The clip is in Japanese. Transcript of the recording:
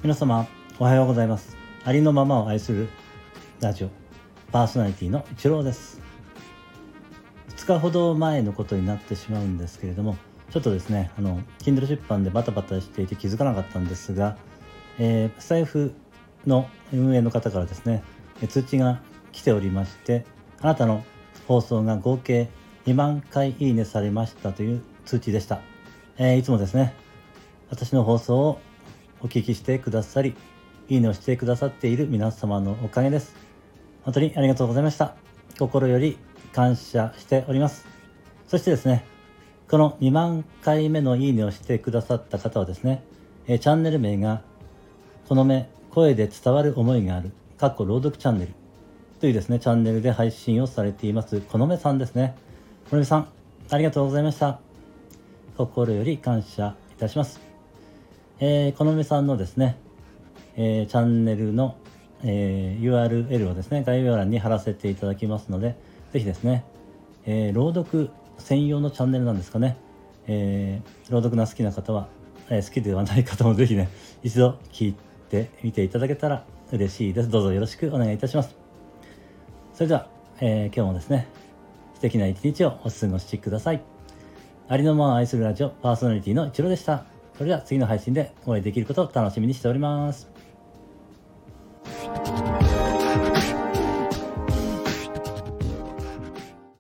皆様おはようございます。ありのままを愛するラジオパーソナリティの一郎です。2日ほど前のことになってしまうんですけれども、ちょっとですねKindle 出版でバタバタしていて気づかなかったんですが、スタイフの運営の方からですね通知が来ておりまして、あなたの放送が合計2万回いいねされましたという通知でした。いつもですね私の放送をお聞きしてくださり、いいねをしてくださっている皆様のおかげです。本当にありがとうございました。心より感謝しております。そしてですね、この2万回目のいいねをしてくださった方はですね、チャンネル名がこの目声で伝わる思いがある朗読チャンネルというですねチャンネルで配信をされていますこの目さんですね。この目さん、ありがとうございました。心より感謝いたします。このめさんのですね、チャンネルの、URL をですね概要欄に貼らせていただきますので、ぜひですね、朗読専用のチャンネルなんですかね、朗読が好きな方は、好きではない方もぜひね一度聞いてみていただけたら嬉しいです。どうぞよろしくお願いいたします。それでは、今日もですね素敵な一日をお過ごしください。ありのままを愛するラジオパーソナリティの一郎でした。それでは次の配信でお会いできることを楽しみにしております。